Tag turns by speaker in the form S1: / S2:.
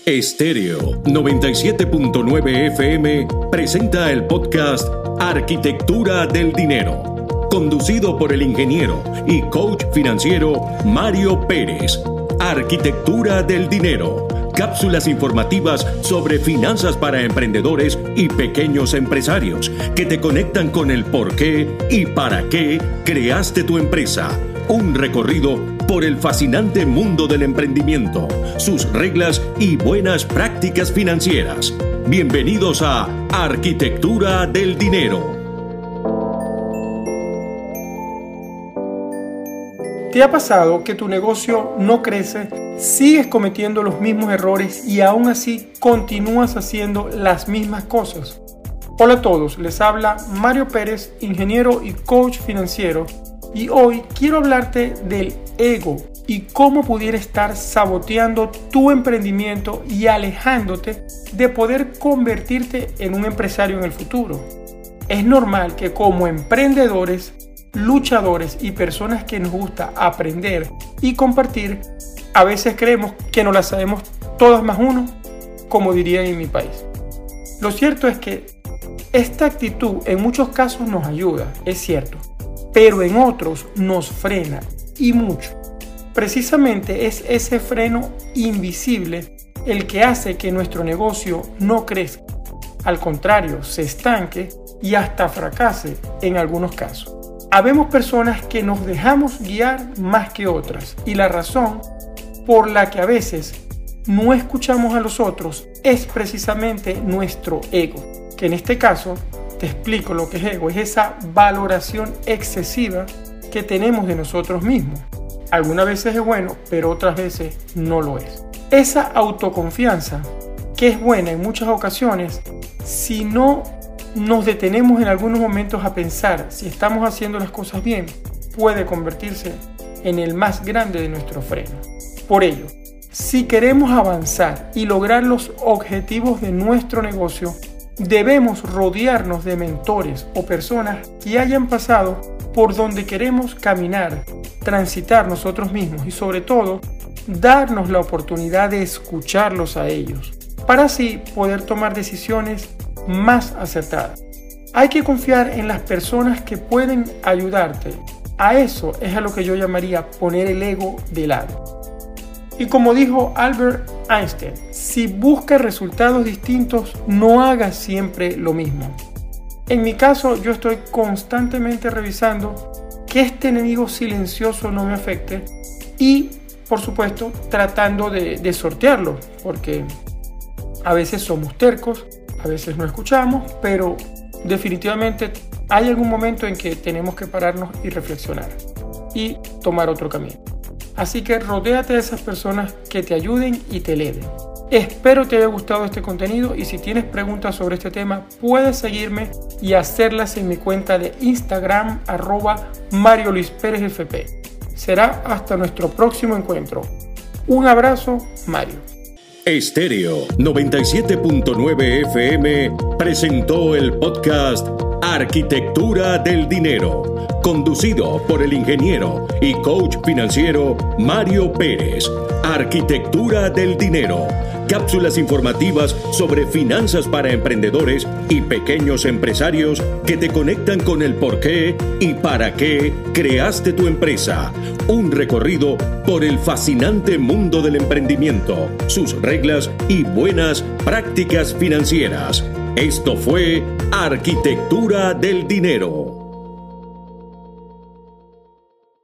S1: Estéreo 97.9 FM presenta el podcast Arquitectura del Dinero, conducido por el ingeniero y coach financiero Mario Pérez. Arquitectura del Dinero, cápsulas informativas sobre finanzas para emprendedores y pequeños empresarios que te conectan con el por qué y para qué creaste tu empresa. Un recorrido por el fascinante mundo del emprendimiento, sus reglas y buenas prácticas financieras. Bienvenidos a Arquitectura del Dinero.
S2: ¿Te ha pasado que tu negocio no crece, sigues cometiendo los mismos errores y aún así continúas haciendo las mismas cosas? Hola a todos, les habla Mario Pérez, ingeniero y coach financiero, y hoy quiero hablarte del ego y cómo pudiera estar saboteando tu emprendimiento y alejándote de poder convertirte en un empresario en el futuro. Es normal que como emprendedores, luchadores y personas que nos gusta aprender y compartir, a veces creemos que no las sabemos todas más uno, como dirían en mi país. Lo cierto es que esta actitud en muchos casos nos ayuda, es cierto, pero en otros nos frena y mucho. Precisamente es ese freno invisible el que hace que nuestro negocio no crezca. Al contrario, se estanque y hasta fracase en algunos casos. Habemos personas que nos dejamos guiar más que otras, y la razón por la que a veces no escuchamos a los otros es precisamente nuestro ego, que en este caso, te explico lo que es ego, es esa valoración excesiva que tenemos de nosotros mismos. Algunas veces es bueno, pero otras veces no lo es. Esa autoconfianza, que es buena en muchas ocasiones, si no nos detenemos en algunos momentos a pensar si estamos haciendo las cosas bien, puede convertirse en el más grande de nuestros frenos. Por ello, si queremos avanzar y lograr los objetivos de nuestro negocio, debemos rodearnos de mentores o personas que hayan pasado por donde queremos caminar, transitar nosotros mismos y sobre todo, darnos la oportunidad de escucharlos a ellos, para así poder tomar decisiones más acertadas. Hay que confiar en las personas que pueden ayudarte. A eso es a lo que yo llamaría poner el ego de lado. Y como dijo Albert Einstein, si buscas resultados distintos, no hagas siempre lo mismo. En mi caso, yo estoy constantemente revisando que este enemigo silencioso no me afecte y, por supuesto, tratando de sortearlo, porque a veces somos tercos, a veces no escuchamos, pero definitivamente hay algún momento en que tenemos que pararnos y reflexionar y tomar otro camino. Así que rodéate de esas personas que te ayuden y te eleven. Espero te haya gustado este contenido y si tienes preguntas sobre este tema puedes seguirme y hacerlas en mi cuenta de Instagram @MarioLuisPérezFP. Será hasta nuestro próximo encuentro. Un abrazo, Mario.
S1: Estéreo 97.9 FM presentó el podcast Arquitectura del Dinero, conducido por el ingeniero y coach financiero Mario Pérez. Arquitectura del Dinero, cápsulas informativas sobre finanzas para emprendedores y pequeños empresarios que te conectan con el por qué y para qué creaste tu empresa. Un recorrido por el fascinante mundo del emprendimiento, sus reglas y buenas prácticas financieras. Esto fue Arquitectura del Dinero.